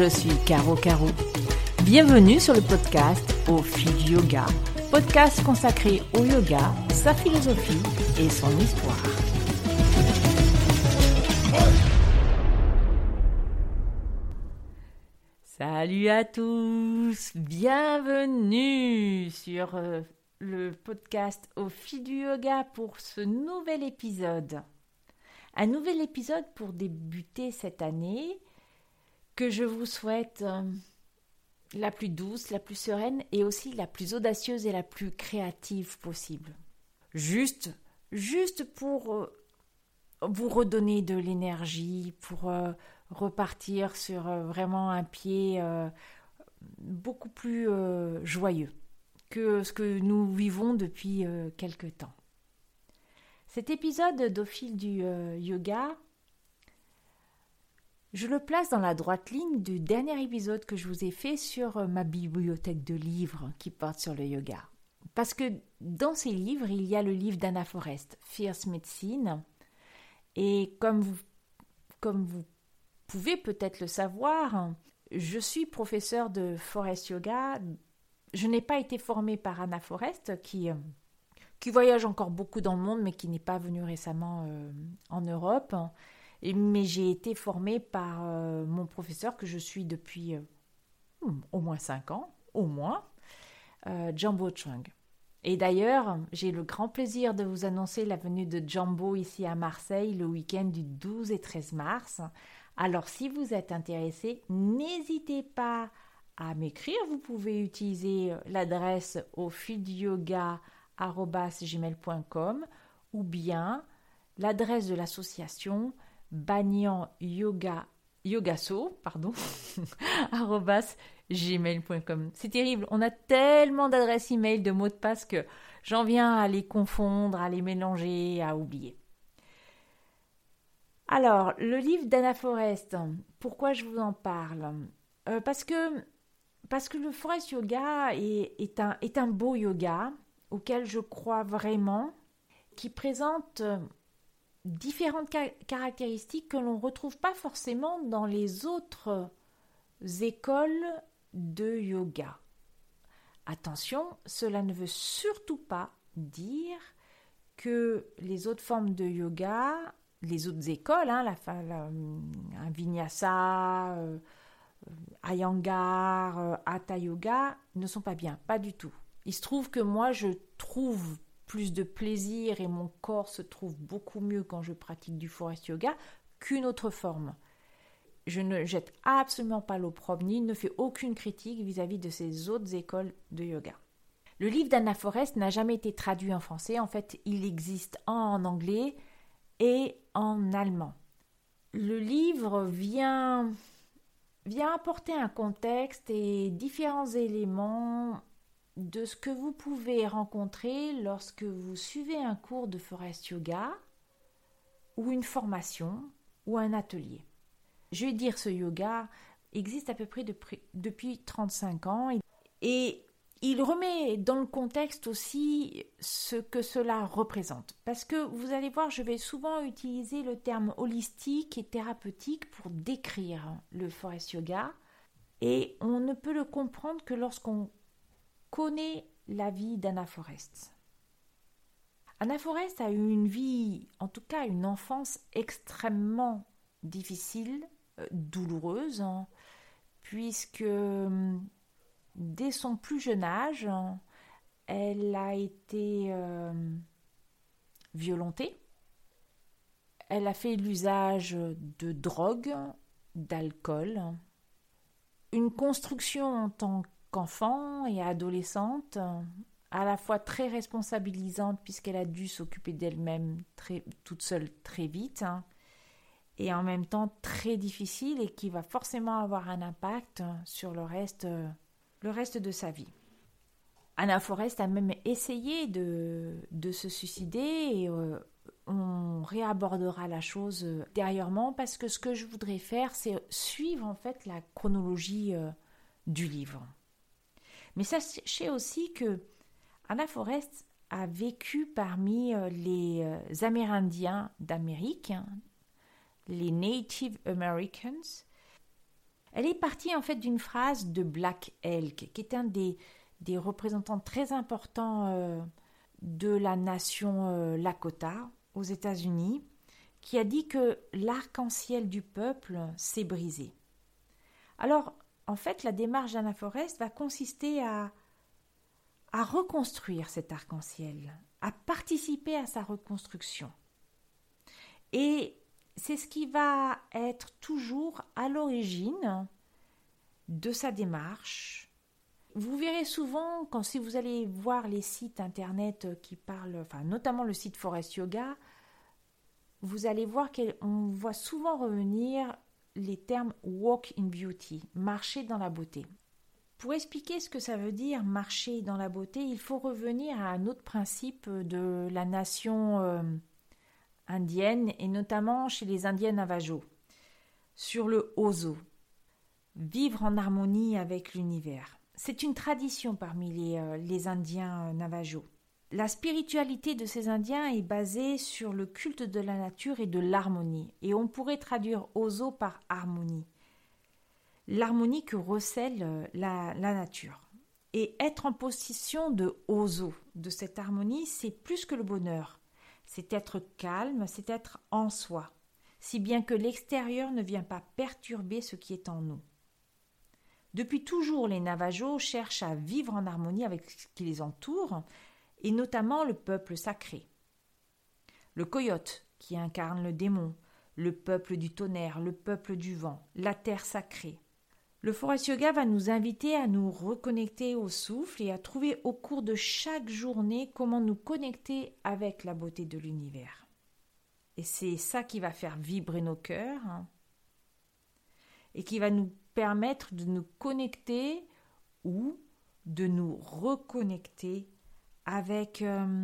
je suis Caro Caro. Bienvenue sur le podcast Au fil du yoga, podcast consacré au yoga, sa philosophie et son histoire. Salut à tous, bienvenue sur le podcast Au fil du yoga pour ce nouvel épisode. Un nouvel épisode pour débuter cette année que je vous souhaite la plus douce, la plus sereine et aussi la plus audacieuse et la plus créative possible. Juste pour vous redonner de l'énergie, pour repartir sur vraiment un pied beaucoup plus joyeux que ce que nous vivons depuis quelque temps. Cet épisode d'Au fil du yoga, je le place dans la droite ligne du dernier épisode que je vous ai fait sur ma bibliothèque de livres qui porte sur le yoga. Parce que dans ces livres, il y a le livre d'Anna Forrest, Fierce Medicine. Et comme vous pouvez peut-être le savoir, je suis professeure de Forest Yoga. Je n'ai pas été formée par Anna Forrest, qui voyage encore beaucoup dans le monde, mais qui n'est pas venue récemment en Europe. Mais j'ai été formée par mon professeur que je suis depuis au moins 5 ans, au moins, Jambo Chung. Et d'ailleurs, j'ai le grand plaisir de vous annoncer la venue de Jambo ici à Marseille le week-end du 12 et 13 mars. Alors si vous êtes intéressé, n'hésitez pas à m'écrire. Vous pouvez utiliser l'adresse aufilduyoga@gmail.com ou bien l'adresse de l'association Banyan Yogaso, @gmail.com. C'est terrible, on a tellement d'adresses email, de mots de passe que j'en viens à les confondre, à les mélanger, à oublier. Alors, le livre d'Anna Forrest, pourquoi je vous en parle ? Parce que le Forest Yoga est un beau yoga auquel je crois vraiment, qui présente différentes caractéristiques que l'on ne retrouve pas forcément dans les autres écoles de yoga. Attention, cela ne veut surtout pas dire que les autres formes de yoga, les autres écoles, un Vinyasa, Iyengar, Hatha Yoga, ne sont pas bien, pas du tout. Il se trouve que moi, je trouve plus de plaisir et mon corps se trouve beaucoup mieux quand je pratique du Forest Yoga qu'une autre forme. Je ne jette absolument pas l'opprobre ni ne fais aucune critique vis-à-vis de ces autres écoles de yoga. Le livre d'Anna Forrest n'a jamais été traduit en français. En fait, il existe en anglais et en allemand. Le livre vient apporter un contexte et différents éléments de ce que vous pouvez rencontrer lorsque vous suivez un cours de Forest Yoga ou une formation ou un atelier. Je vais dire, ce yoga existe à peu près depuis 35 ans et il remet dans le contexte aussi ce que cela représente. Parce que vous allez voir, je vais souvent utiliser le terme holistique et thérapeutique pour décrire le Forest Yoga et on ne peut le comprendre que lorsqu'on connaît la vie d'Anna Forrest. Anna Forrest a eu une vie, en tout cas une enfance extrêmement difficile, douloureuse, puisque dès son plus jeune âge, elle a été violentée. Elle a fait l'usage de drogue, d'alcool. Une construction en tant qu'enfant et adolescente, à la fois très responsabilisante puisqu'elle a dû s'occuper d'elle-même toute seule très vite, et en même temps très difficile et qui va forcément avoir un impact sur le reste de sa vie. Anna Forrest a même essayé de se suicider et on réabordera la chose ultérieurement parce que ce que je voudrais faire, c'est suivre en fait la chronologie du livre. Mais sachez aussi que Anna Forrest a vécu parmi les Amérindiens d'Amérique, les Native Americans. Elle est partie en fait d'une phrase de Black Elk, qui est un des représentants très importants de la nation Lakota aux États-Unis, qui a dit que l'arc-en-ciel du peuple s'est brisé. Alors, en fait, la démarche d'Anna Forrest va consister à reconstruire cet arc-en-ciel, à participer à sa reconstruction. Et c'est ce qui va être toujours à l'origine de sa démarche. Vous verrez souvent, si vous allez voir les sites internet qui parlent, notamment le site Forest Yoga, vous allez voir qu'on voit souvent revenir les termes walk in beauty, marcher dans la beauté. Pour expliquer ce que ça veut dire marcher dans la beauté, il faut revenir à un autre principe de la nation indienne, et notamment chez les Indiens Navajo, sur le Ozo, vivre en harmonie avec l'univers. C'est une tradition parmi les Indiens Navajo. La spiritualité de ces Indiens est basée sur le culte de la nature et de l'harmonie, et on pourrait traduire Ozo par harmonie. L'harmonie que recèle la nature. Et être en possession de Ozo, de cette harmonie, c'est plus que le bonheur. C'est être calme, c'est être en soi, si bien que l'extérieur ne vient pas perturber ce qui est en nous. Depuis toujours, les Navajos cherchent à vivre en harmonie avec ce qui les entoure, et notamment le peuple sacré. Le coyote, qui incarne le démon, le peuple du tonnerre, le peuple du vent, la terre sacrée. Le Forest Yoga va nous inviter à nous reconnecter au souffle et à trouver au cours de chaque journée comment nous connecter avec la beauté de l'univers. Et c'est ça qui va faire vibrer nos cœurs et qui va nous permettre de nous connecter ou de nous reconnecter avec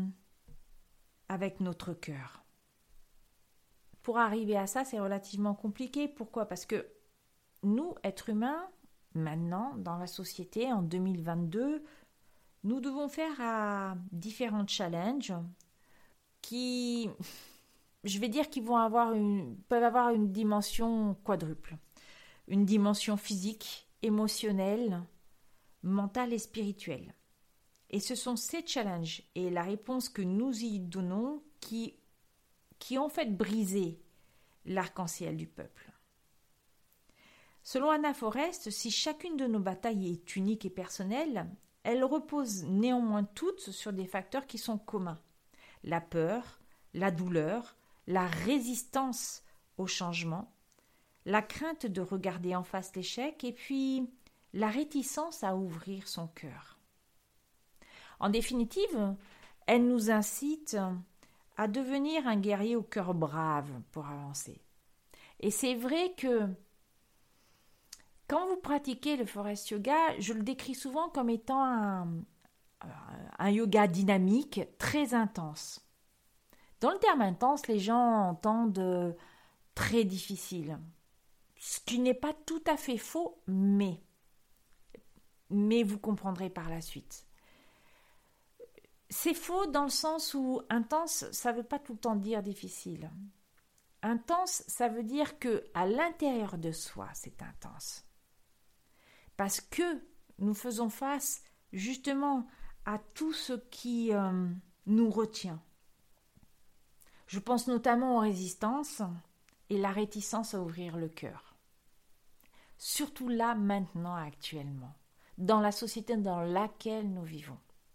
notre cœur. Pour arriver à ça, c'est relativement compliqué. Pourquoi ? Parce que nous, êtres humains, maintenant, dans la société, en 2022, nous devons faire différents challenges qui, je vais dire, peuvent avoir une dimension quadruple. Une dimension physique, émotionnelle, mentale et spirituelle. Et ce sont ces challenges et la réponse que nous y donnons qui ont fait briser l'arc-en-ciel du peuple. Selon Anna Forrest, si chacune de nos batailles est unique et personnelle, elles reposent néanmoins toutes sur des facteurs qui sont communs. La peur, la douleur, la résistance au changement, la crainte de regarder en face l'échec et puis la réticence à ouvrir son cœur. En définitive, elle nous incite à devenir un guerrier au cœur brave pour avancer. Et c'est vrai que quand vous pratiquez le Forest Yoga, je le décris souvent comme étant un yoga dynamique, très intense. Dans le terme intense, les gens entendent très difficile, ce qui n'est pas tout à fait faux, mais vous comprendrez par la suite. C'est faux dans le sens où intense, ça ne veut pas tout le temps dire difficile. Intense, ça veut dire que à l'intérieur de soi, c'est intense. Parce que nous faisons face justement à tout ce qui nous retient. Je pense notamment aux résistances et la réticence à ouvrir le cœur. Surtout là, maintenant, actuellement, dans la société dans laquelle nous vivons.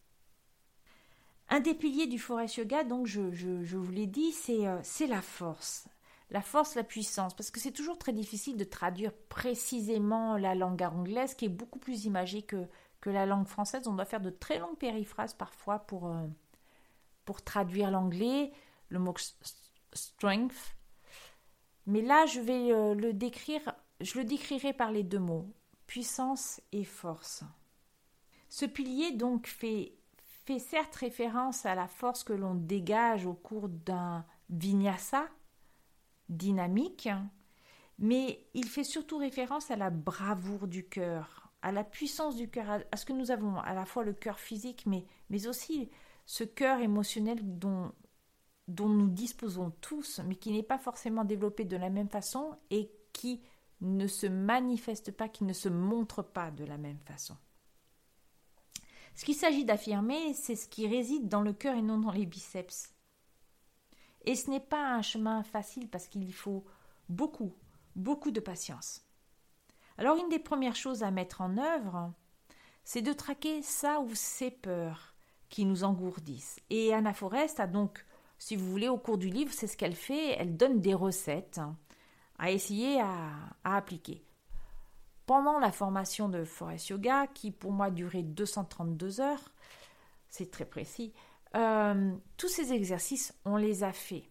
Un des piliers du Forest Yoga, donc je vous l'ai dit, c'est la force. La force, la puissance, parce que c'est toujours très difficile de traduire précisément la langue anglaise, qui est beaucoup plus imagée que la langue française. On doit faire de très longues périphrases parfois pour traduire l'anglais, le mot strength. Mais là, je le décrirai par les deux mots, puissance et force. Ce pilier donc fait certes référence à la force que l'on dégage au cours d'un vinyasa dynamique, mais il fait surtout référence à la bravoure du cœur, à la puissance du cœur, à ce que nous avons, à la fois le cœur physique, mais aussi ce cœur émotionnel dont nous disposons tous, mais qui n'est pas forcément développé de la même façon et qui ne se manifeste pas, qui ne se montre pas de la même façon. Ce qu'il s'agit d'affirmer, c'est ce qui réside dans le cœur et non dans les biceps. Et ce n'est pas un chemin facile parce qu'il faut beaucoup de patience. Alors une des premières choses à mettre en œuvre, c'est de traquer ça ou ces peurs qui nous engourdissent. Et Anna Forrest a donc, si vous voulez, au cours du livre, c'est ce qu'elle fait, elle donne des recettes à essayer à appliquer. Pendant la formation de Forest Yoga, qui pour moi durait 232 heures, c'est très précis, tous ces exercices, on les a faits.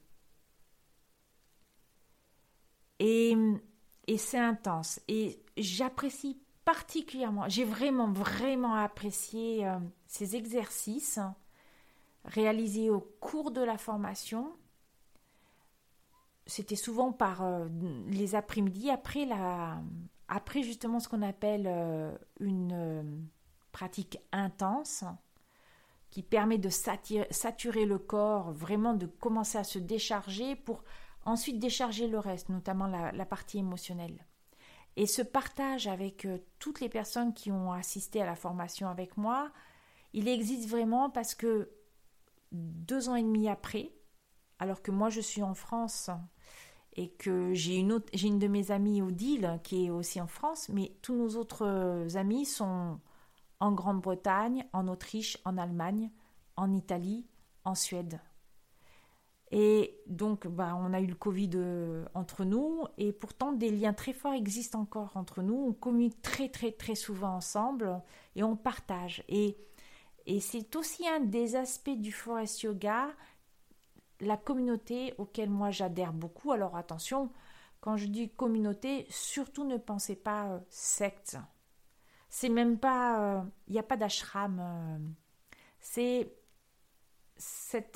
Et c'est intense. Et j'apprécie particulièrement, j'ai vraiment apprécié ces exercices réalisés au cours de la formation. C'était souvent par les après-midi, après justement ce qu'on appelle une pratique intense qui permet de saturer le corps, vraiment de commencer à se décharger pour ensuite décharger le reste, notamment la partie émotionnelle. Et ce partage avec toutes les personnes qui ont assisté à la formation avec moi, il existe vraiment parce que 2 ans et demi après, alors que moi je suis en France et que j'ai une de mes amies, Odile, qui est aussi en France, mais tous nos autres amis sont en Grande-Bretagne, en Autriche, en Allemagne, en Italie, en Suède. Et donc, on a eu le Covid entre nous, et pourtant des liens très forts existent encore entre nous. On communique très souvent ensemble, et on partage. Et c'est aussi un des aspects du Forest Yoga, la communauté auquel moi j'adhère beaucoup. Alors attention, quand je dis communauté, surtout ne pensez pas secte. C'est même pas, il n'y a pas d'ashram. C'est cet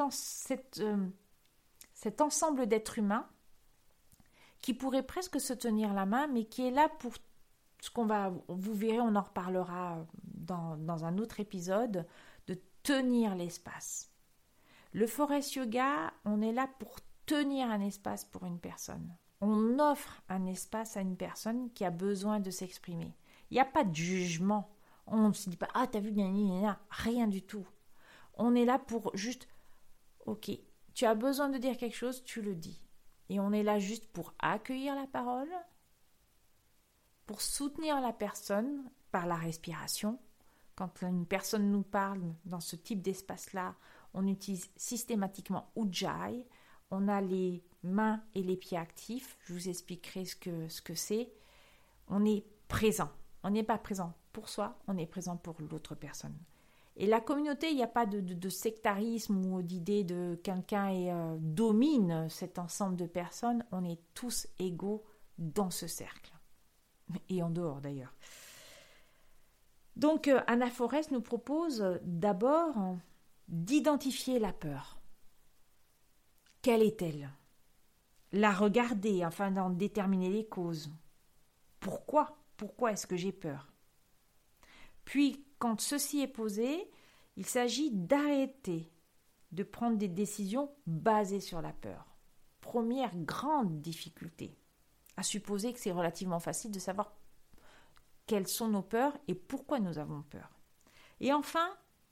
ensemble d'êtres humains qui pourrait presque se tenir la main, mais qui est là pour ce vous verrez, on en reparlera dans un autre épisode, de tenir l'espace. Le Forest Yoga, on est là pour tenir un espace pour une personne. On offre un espace à une personne qui a besoin de s'exprimer. Il n'y a pas de jugement. On ne se dit pas « Ah, t'as vu, rien du tout. On est là pour juste « Ok, tu as besoin de dire quelque chose, tu le dis. » Et on est là juste pour accueillir la parole, pour soutenir la personne par la respiration. Quand une personne nous parle dans ce type d'espace-là, on utilise systématiquement Ujjayi. On a les mains et les pieds actifs. Je vous expliquerai ce que c'est. On est présent. On n'est pas présent pour soi, on est présent pour l'autre personne. Et la communauté, il n'y a pas de sectarisme ou d'idée de quelqu'un domine cet ensemble de personnes. On est tous égaux dans ce cercle. Et en dehors d'ailleurs. Donc Anna Forrest nous propose d'abord d'identifier la peur. Quelle est-elle ? La regarder afin d'en déterminer les causes. Pourquoi est-ce que j'ai peur ? Puis, quand ceci est posé, il s'agit d'arrêter de prendre des décisions basées sur la peur. Première grande difficulté, à supposer que c'est relativement facile de savoir quelles sont nos peurs et pourquoi nous avons peur. Et enfin,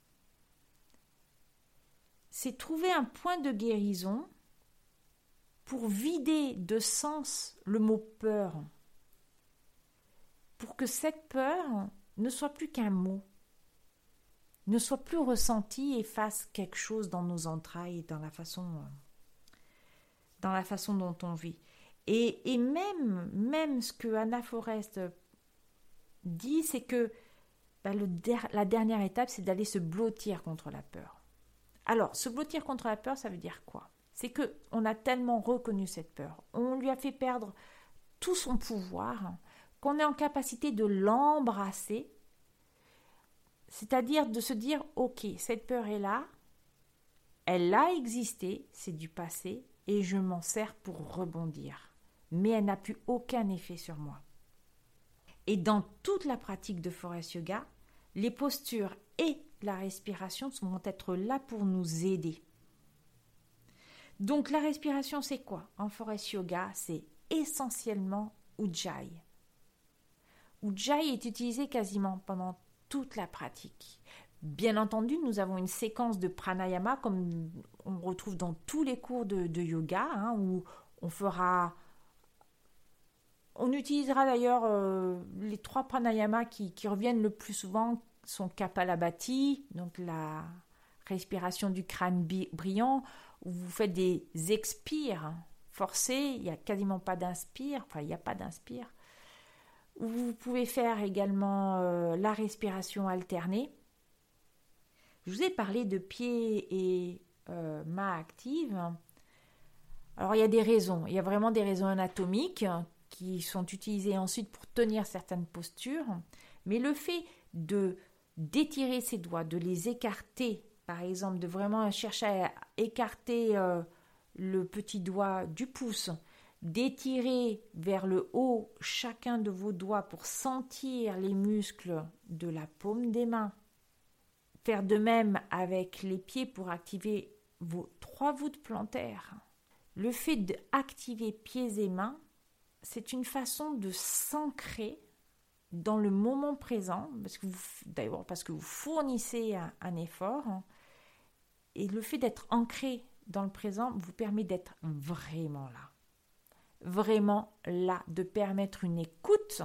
c'est trouver un point de guérison pour vider de sens le mot peur, pour que cette peur ne soit plus qu'un mot, ne soit plus ressentie et fasse quelque chose dans nos entrailles, dans la façon dont on vit. Et même ce que Anna Forrest dit, c'est que la dernière étape, c'est d'aller se blottir contre la peur. Alors, se blottir contre la peur, ça veut dire quoi ? C'est qu'on a tellement reconnu cette peur, on lui a fait perdre tout son pouvoir, qu'on est en capacité de l'embrasser, c'est-à-dire de se dire « Ok, cette peur est là, elle a existé, c'est du passé, et je m'en sers pour rebondir. Mais elle n'a plus aucun effet sur moi. » Et dans toute la pratique de Forest Yoga, les postures et la respiration vont être là pour nous aider. Donc la respiration, c'est quoi ? En Forest Yoga, c'est essentiellement Ujjayi. Ujjayi est utilisé quasiment pendant toute la pratique. Bien entendu, nous avons une séquence de pranayama comme on retrouve dans tous les cours de yoga, où on utilisera d'ailleurs les 3 pranayamas qui reviennent le plus souvent sont Kapalabhati, donc la respiration du crâne brillant, où vous faites des expires forcés, il n'y a quasiment pas d'inspire, il n'y a pas d'inspire. Vous pouvez faire également la respiration alternée. Je vous ai parlé de pieds et mains actives. Alors il y a des raisons, il y a vraiment des raisons anatomiques qui sont utilisées ensuite pour tenir certaines postures, mais le fait d'étirer ses doigts, de les écarter, par exemple, de vraiment chercher à écarter le petit doigt du pouce, d'étirer vers le haut chacun de vos doigts pour sentir les muscles de la paume des mains. Faire de même avec les pieds pour activer vos 3 voûtes plantaires. Le fait d'activer pieds et mains, c'est une façon de s'ancrer dans le moment présent, parce que vous fournissez un effort, et le fait d'être ancré dans le présent vous permet d'être vraiment là, de permettre une écoute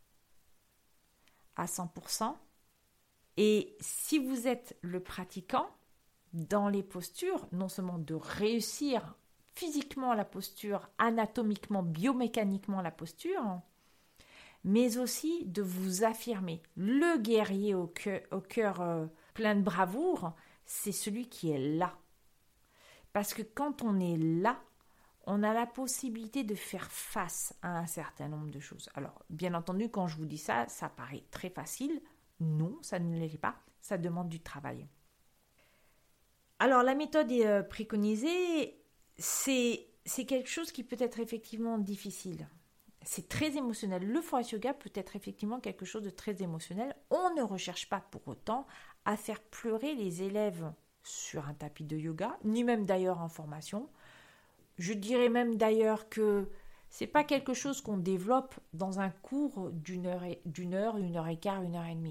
à 100%. Et si vous êtes le pratiquant, dans les postures, non seulement de réussir physiquement la posture, anatomiquement, biomécaniquement la posture, mais aussi de vous affirmer. Le guerrier au cœur plein de bravoure, c'est celui qui est là. Parce que quand on est là, on a la possibilité de faire face à un certain nombre de choses. Alors, bien entendu, quand je vous dis ça, ça paraît très facile. Non, ça ne l'est pas. Ça demande du travail. Alors, la méthode préconisée, c'est quelque chose qui peut être effectivement difficile. C'est très émotionnel. Le Forest Yoga peut être effectivement quelque chose de très émotionnel. On ne recherche pas pour autant à faire pleurer les élèves sur un tapis de yoga, ni même d'ailleurs en formation. Je dirais même d'ailleurs que c'est pas quelque chose qu'on développe dans un cours d'une heure, 1h15, 1h30.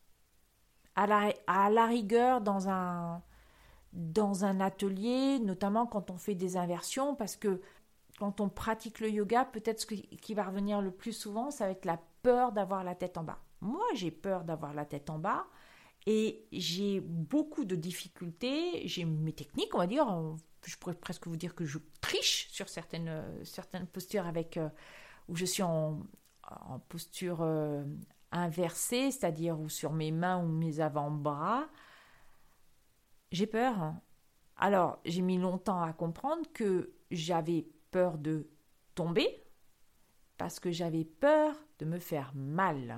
À la rigueur, dans un atelier, notamment quand on fait des inversions, parce que quand on pratique le yoga, peut-être ce qui va revenir le plus souvent, ça va être la peur d'avoir la tête en bas. Moi, j'ai peur d'avoir la tête en bas et j'ai beaucoup de difficultés. J'ai mes techniques, on va dire. Je pourrais presque vous dire que je triche sur certaines postures où je suis en posture inversée, c'est-à-dire ou sur mes mains ou mes avant-bras. J'ai peur. Alors, j'ai mis longtemps à comprendre que j'avais peur de tomber parce que j'avais peur de me faire mal.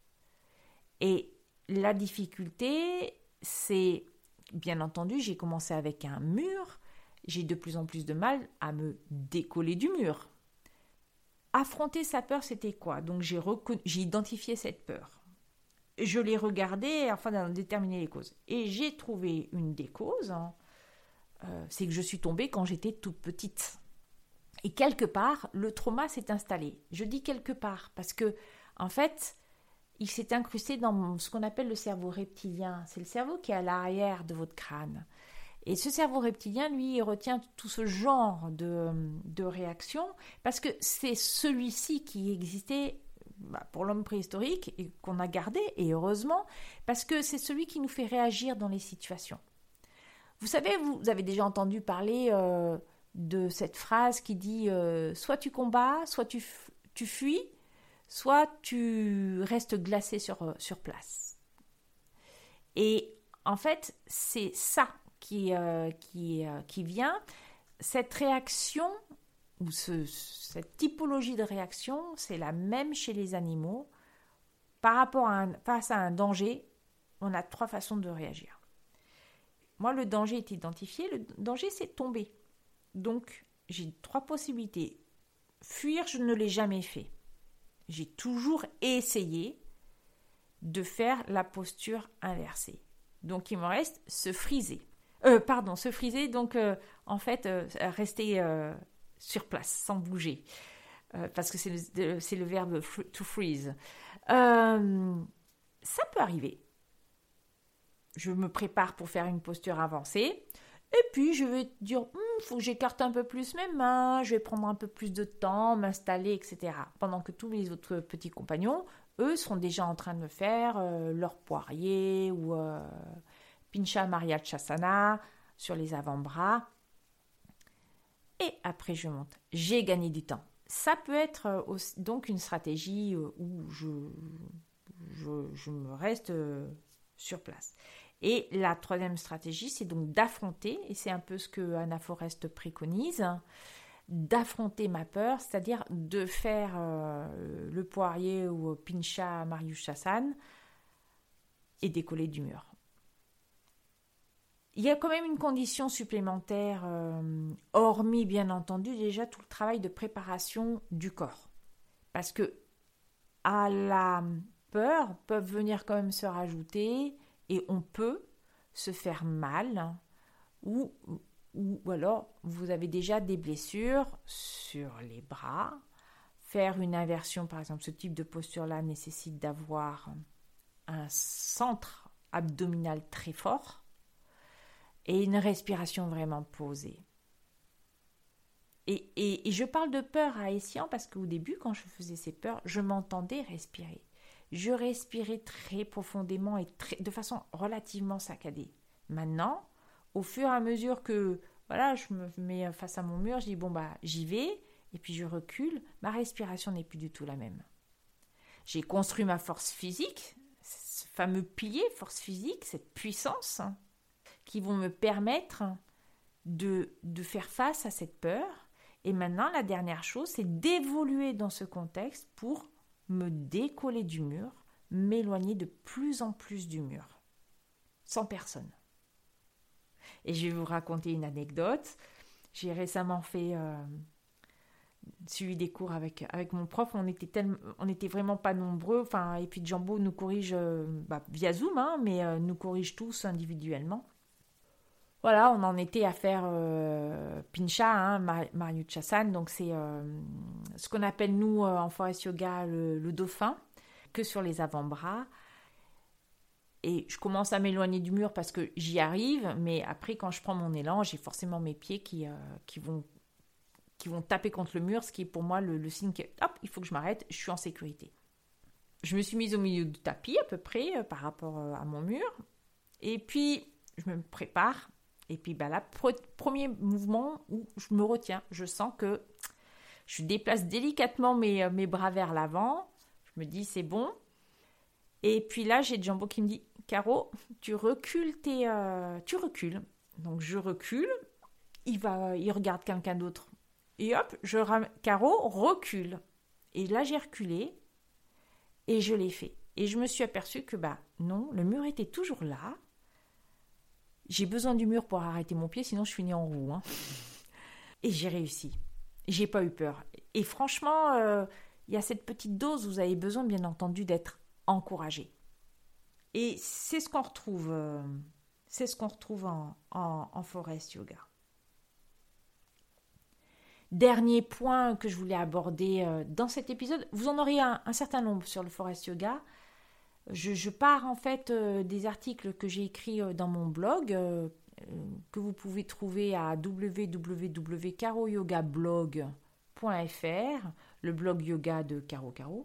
Et la difficulté, c'est, bien entendu, j'ai commencé avec un mur, j'ai de plus en plus de mal à me décoller du mur. Affronter sa peur, c'était quoi? Donc j'ai identifié cette peur. Je l'ai regardée afin d'en déterminer les causes. Et j'ai trouvé une des causes, c'est que je suis tombée quand j'étais toute petite. Et quelque part, le trauma s'est installé. Je dis quelque part parce que, en fait, il s'est incrusté dans ce qu'on appelle le cerveau reptilien. C'est le cerveau qui est à l'arrière de votre crâne. Et ce cerveau reptilien, lui, il retient tout ce genre de réactions parce que c'est celui-ci qui existait pour l'homme préhistorique et qu'on a gardé, et heureusement, parce que c'est celui qui nous fait réagir dans les situations. Vous savez, vous avez déjà entendu parler de cette phrase qui dit soit tu combats, soit tu fuis, soit tu restes glacé sur place. Et en fait, c'est ça qui vient. Cette réaction, ou cette typologie de réaction, c'est la même chez les animaux. Face à un danger, on a 3 façons de réagir. Moi, le danger est identifié. Le danger, c'est tomber. Donc, j'ai 3 possibilités. Fuir, je ne l'ai jamais fait. J'ai toujours essayé de faire la posture inversée. Donc, il me reste se friser. Se friser, donc en fait, rester sur place, sans bouger. Parce que c'est le verbe to freeze. Ça peut arriver. Je me prépare pour faire une posture avancée. Et puis, je vais dire, faut que j'écarte un peu plus mes mains, je vais prendre un peu plus de temps, m'installer, etc. Pendant que tous les autres petits compagnons, eux, seront déjà en train de me faire leur poirier ou Pincha Mariachasana sur les avant-bras. Et après, je monte. J'ai gagné du temps. Ça peut être donc une stratégie où je me reste sur place. Et la troisième stratégie, c'est donc d'affronter, et c'est un peu ce que Anna Forrest préconise, d'affronter ma peur, c'est-à-dire de faire le poirier ou Pincha Mariushasana et décoller du mur. Il y a quand même une condition supplémentaire, hormis bien entendu déjà tout le travail de préparation du corps. Parce que à la peur peuvent venir quand même se rajouter et on peut se faire mal ou alors vous avez déjà des blessures sur les bras. Faire une inversion, par exemple, ce type de posture-là nécessite d'avoir un centre abdominal très fort et une respiration vraiment posée. Et je parle de peur à escient parce qu'au début, quand je faisais ces peurs, je m'entendais respirer. Je respirais très profondément et de façon relativement saccadée. Maintenant, au fur et à mesure que je me mets face à mon mur, je dis j'y vais, et puis je recule, ma respiration n'est plus du tout la même. J'ai construit ma force physique, ce fameux pilier force physique, cette puissance qui vont me permettre de faire face à cette peur. Et maintenant, la dernière chose, c'est d'évoluer dans ce contexte pour me décoller du mur, m'éloigner de plus en plus du mur, sans personne. Et je vais vous raconter une anecdote. J'ai récemment suivi des cours avec mon prof. On était vraiment pas nombreux. Et puis Jambo nous corrige via Zoom, mais nous corrige tous individuellement. Voilà, on en était à faire Pincha, Mariushasana, donc c'est ce qu'on appelle nous en Forest Yoga le dauphin, que sur les avant-bras. Et je commence à m'éloigner du mur parce que j'y arrive, mais après quand je prends mon élan, j'ai forcément mes pieds qui vont taper contre le mur, ce qui est pour moi le signe que il faut que je m'arrête, je suis en sécurité. Je me suis mise au milieu du tapis à peu près par rapport à mon mur, et puis je me prépare. Et puis premier mouvement où je me retiens, je sens que je déplace délicatement mes bras vers l'avant, je me dis c'est bon. Et puis là j'ai Jambo qui me dit Caro, tu recules. Donc je recule, il regarde quelqu'un d'autre. Et hop, Caro recule. Et là j'ai reculé et je l'ai fait. Et je me suis aperçue que non, le mur était toujours là. J'ai besoin du mur pour arrêter mon pied, sinon je finis en roue. Et j'ai réussi. J'ai pas eu peur. Et franchement, il y a cette petite dose où vous avez besoin, bien entendu, d'être encouragé. Et c'est ce qu'on retrouve, en Forest Yoga. Dernier point que je voulais aborder dans cet épisode, vous en aurez un certain nombre sur le Forest Yoga. Je pars en fait des articles que j'ai écrits dans mon blog, que vous pouvez trouver à www.caroyogablog.fr, le blog yoga de Caro Caro.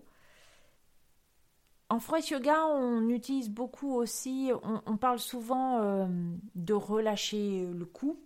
En Forest Yoga, on utilise beaucoup aussi, on parle souvent de relâcher le cou.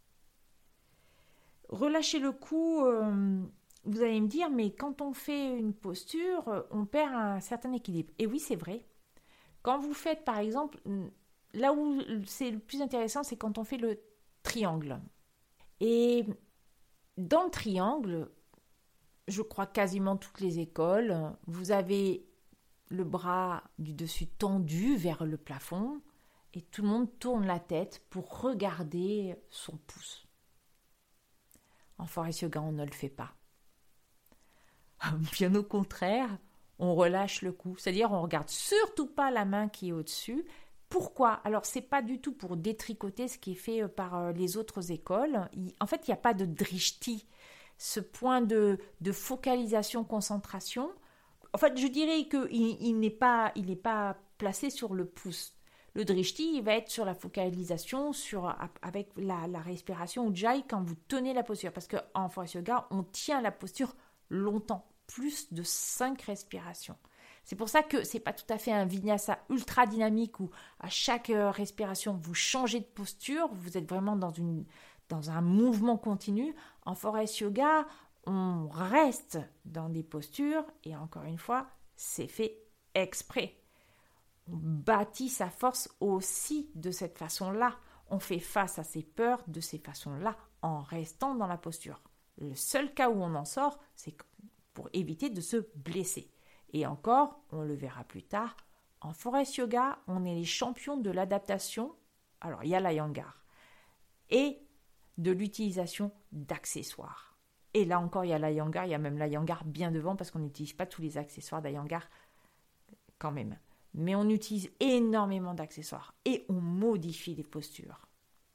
Relâcher le cou, vous allez me dire, mais quand on fait une posture, on perd un certain équilibre. Et oui, c'est vrai. Quand vous faites, par exemple, là où c'est le plus intéressant, c'est quand on fait le triangle. Et dans le triangle, je crois quasiment toutes les écoles, vous avez le bras du dessus tendu vers le plafond et tout le monde tourne la tête pour regarder son pouce. En Forest Yoga, on ne le fait pas. Bien au contraire, on relâche le cou. C'est-à-dire, on ne regarde surtout pas la main qui est au-dessus. Pourquoi ? Alors, ce n'est pas du tout pour détricoter ce qui est fait par les autres écoles. En fait, il n'y a pas de drishti. Ce point de focalisation, concentration, En fait, je dirais qu'il n'est pas placé sur le pouce. Le drishti, il va être sur la focalisation, avec la respiration ujjayi quand vous tenez la posture. Parce qu'en forest yoga, on tient la posture longtemps, plus de 5 respirations. C'est pour ça que c'est pas tout à fait un vinyasa ultra dynamique où à chaque respiration, vous changez de posture, vous êtes vraiment dans un mouvement continu. En forest yoga, on reste dans des postures et encore une fois, c'est fait exprès. On bâtit sa force aussi de cette façon-là. On fait face à ses peurs de ces façons-là en restant dans la posture. Le seul cas où on en sort, c'est pour éviter de se blesser. Et encore, on le verra plus tard, en forest yoga, on est les champions de l'adaptation. Alors, il y a l'Iyengar et de l'utilisation d'accessoires. Et là encore, il y a l'Iyengar, il y a même l'Iyengar bien devant parce qu'on n'utilise pas tous les accessoires d'Iyengar quand même. Mais on utilise énormément d'accessoires et on modifie les postures.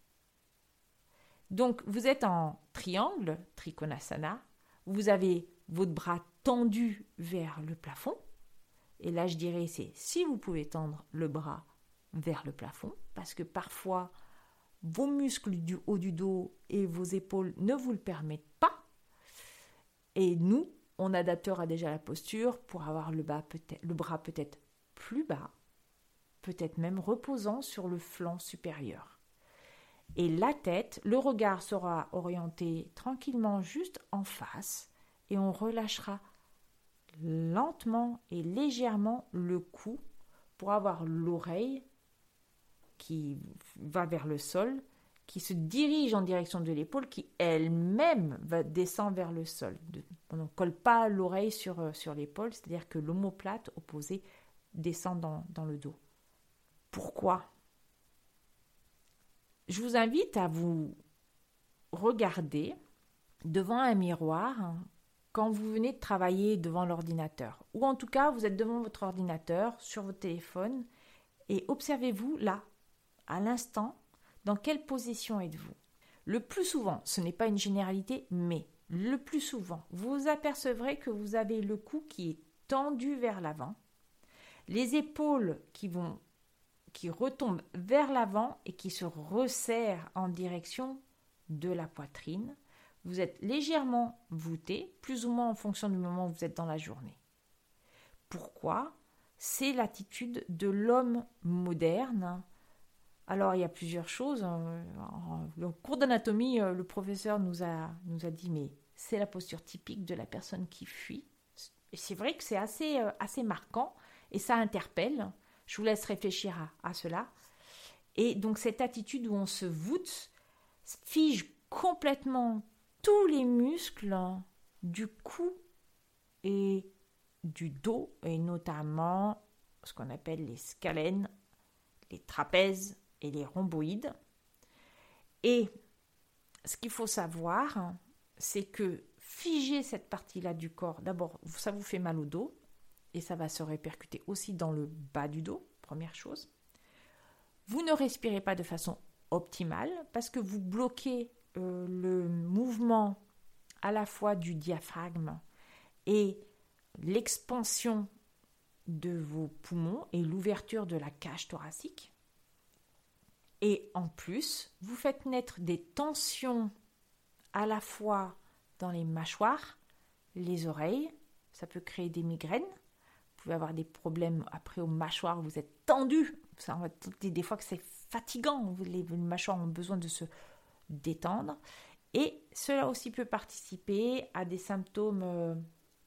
Donc, vous êtes en triangle, Trikonasana, vous avez votre bras tendu vers le plafond. Et là, je dirais, c'est si vous pouvez tendre le bras vers le plafond, parce que parfois, vos muscles du haut du dos et vos épaules ne vous le permettent pas. Et nous, on adaptera déjà la posture pour avoir le bras peut-être plus bas, peut-être même reposant sur le flanc supérieur. Et la tête, le regard sera orienté tranquillement juste en face et on relâchera lentement et légèrement le cou pour avoir l'oreille qui va vers le sol, qui se dirige en direction de l'épaule, qui elle-même va descendre vers le sol. On ne colle pas l'oreille sur l'épaule, c'est-à-dire que l'omoplate opposée descend dans le dos. Pourquoi ? Je vous invite à vous regarder devant un miroir quand vous venez de travailler devant l'ordinateur. Ou en tout cas, vous êtes devant votre ordinateur, sur votre téléphone, et observez-vous là, à l'instant, dans quelle position êtes-vous. Le plus souvent, ce n'est pas une généralité, mais le plus souvent, vous apercevrez que vous avez le cou qui est tendu vers l'avant, les épaules qui retombent vers l'avant et qui se resserrent en direction de la poitrine. Vous êtes légèrement voûté, plus ou moins en fonction du moment où vous êtes dans la journée. Pourquoi ? C'est l'attitude de l'homme moderne. Alors, il y a plusieurs choses. En cours d'anatomie, le professeur nous a dit, mais c'est la posture typique de la personne qui fuit. Et c'est vrai que c'est assez marquant et ça interpelle. Je vous laisse réfléchir à cela. Et donc, cette attitude où on se voûte fige complètement tous les muscles du cou et du dos, et notamment ce qu'on appelle les scalènes, les trapèzes et les rhomboïdes. Et ce qu'il faut savoir, c'est que figer cette partie-là du corps, d'abord, ça vous fait mal au dos, et ça va se répercuter aussi dans le bas du dos, première chose. Vous ne respirez pas de façon optimale parce que vous bloquez le mouvement à la fois du diaphragme et l'expansion de vos poumons et l'ouverture de la cage thoracique. Et en plus, vous faites naître des tensions à la fois dans les mâchoires, les oreilles, ça peut créer des migraines. Vous pouvez avoir des problèmes après aux mâchoires, vous êtes tendu. Des fois que c'est fatigant, les mâchoires ont besoin de se détendre. Et cela aussi peut participer à des symptômes,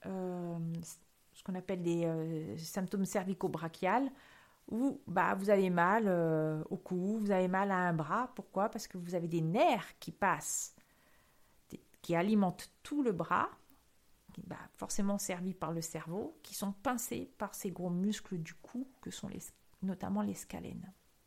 ce qu'on appelle des symptômes cervico-brachiales, où vous avez mal au cou, vous avez mal à un bras. Pourquoi ? Parce que vous avez des nerfs qui passent, qui alimentent tout le bras, forcément servis par le cerveau, qui sont pincés par ces gros muscles du cou, que sont notamment les scalènes.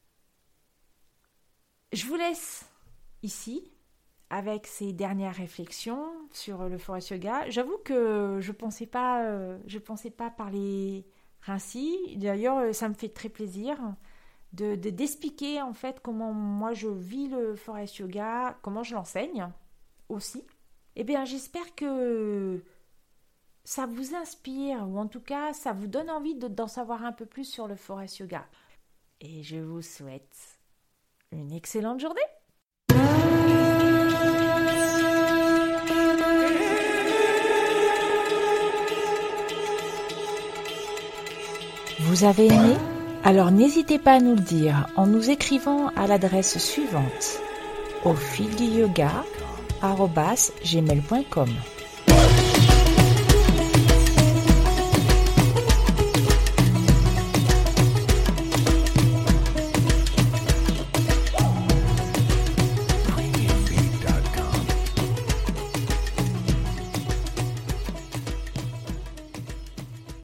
Je vous laisse ici avec ces dernières réflexions sur le forest yoga. J'avoue que je pensais pas parler ainsi. D'ailleurs, ça me fait très plaisir d'expliquer en fait comment moi je vis le forest yoga, comment je l'enseigne aussi. Eh bien, j'espère que ça vous inspire, ou en tout cas, ça vous donne envie d'en savoir un peu plus sur le Forest Yoga. Et je vous souhaite une excellente journée. Vous avez aimé ? Alors n'hésitez pas à nous le dire en nous écrivant à l'adresse suivante: aufilduyoga@gmail.com.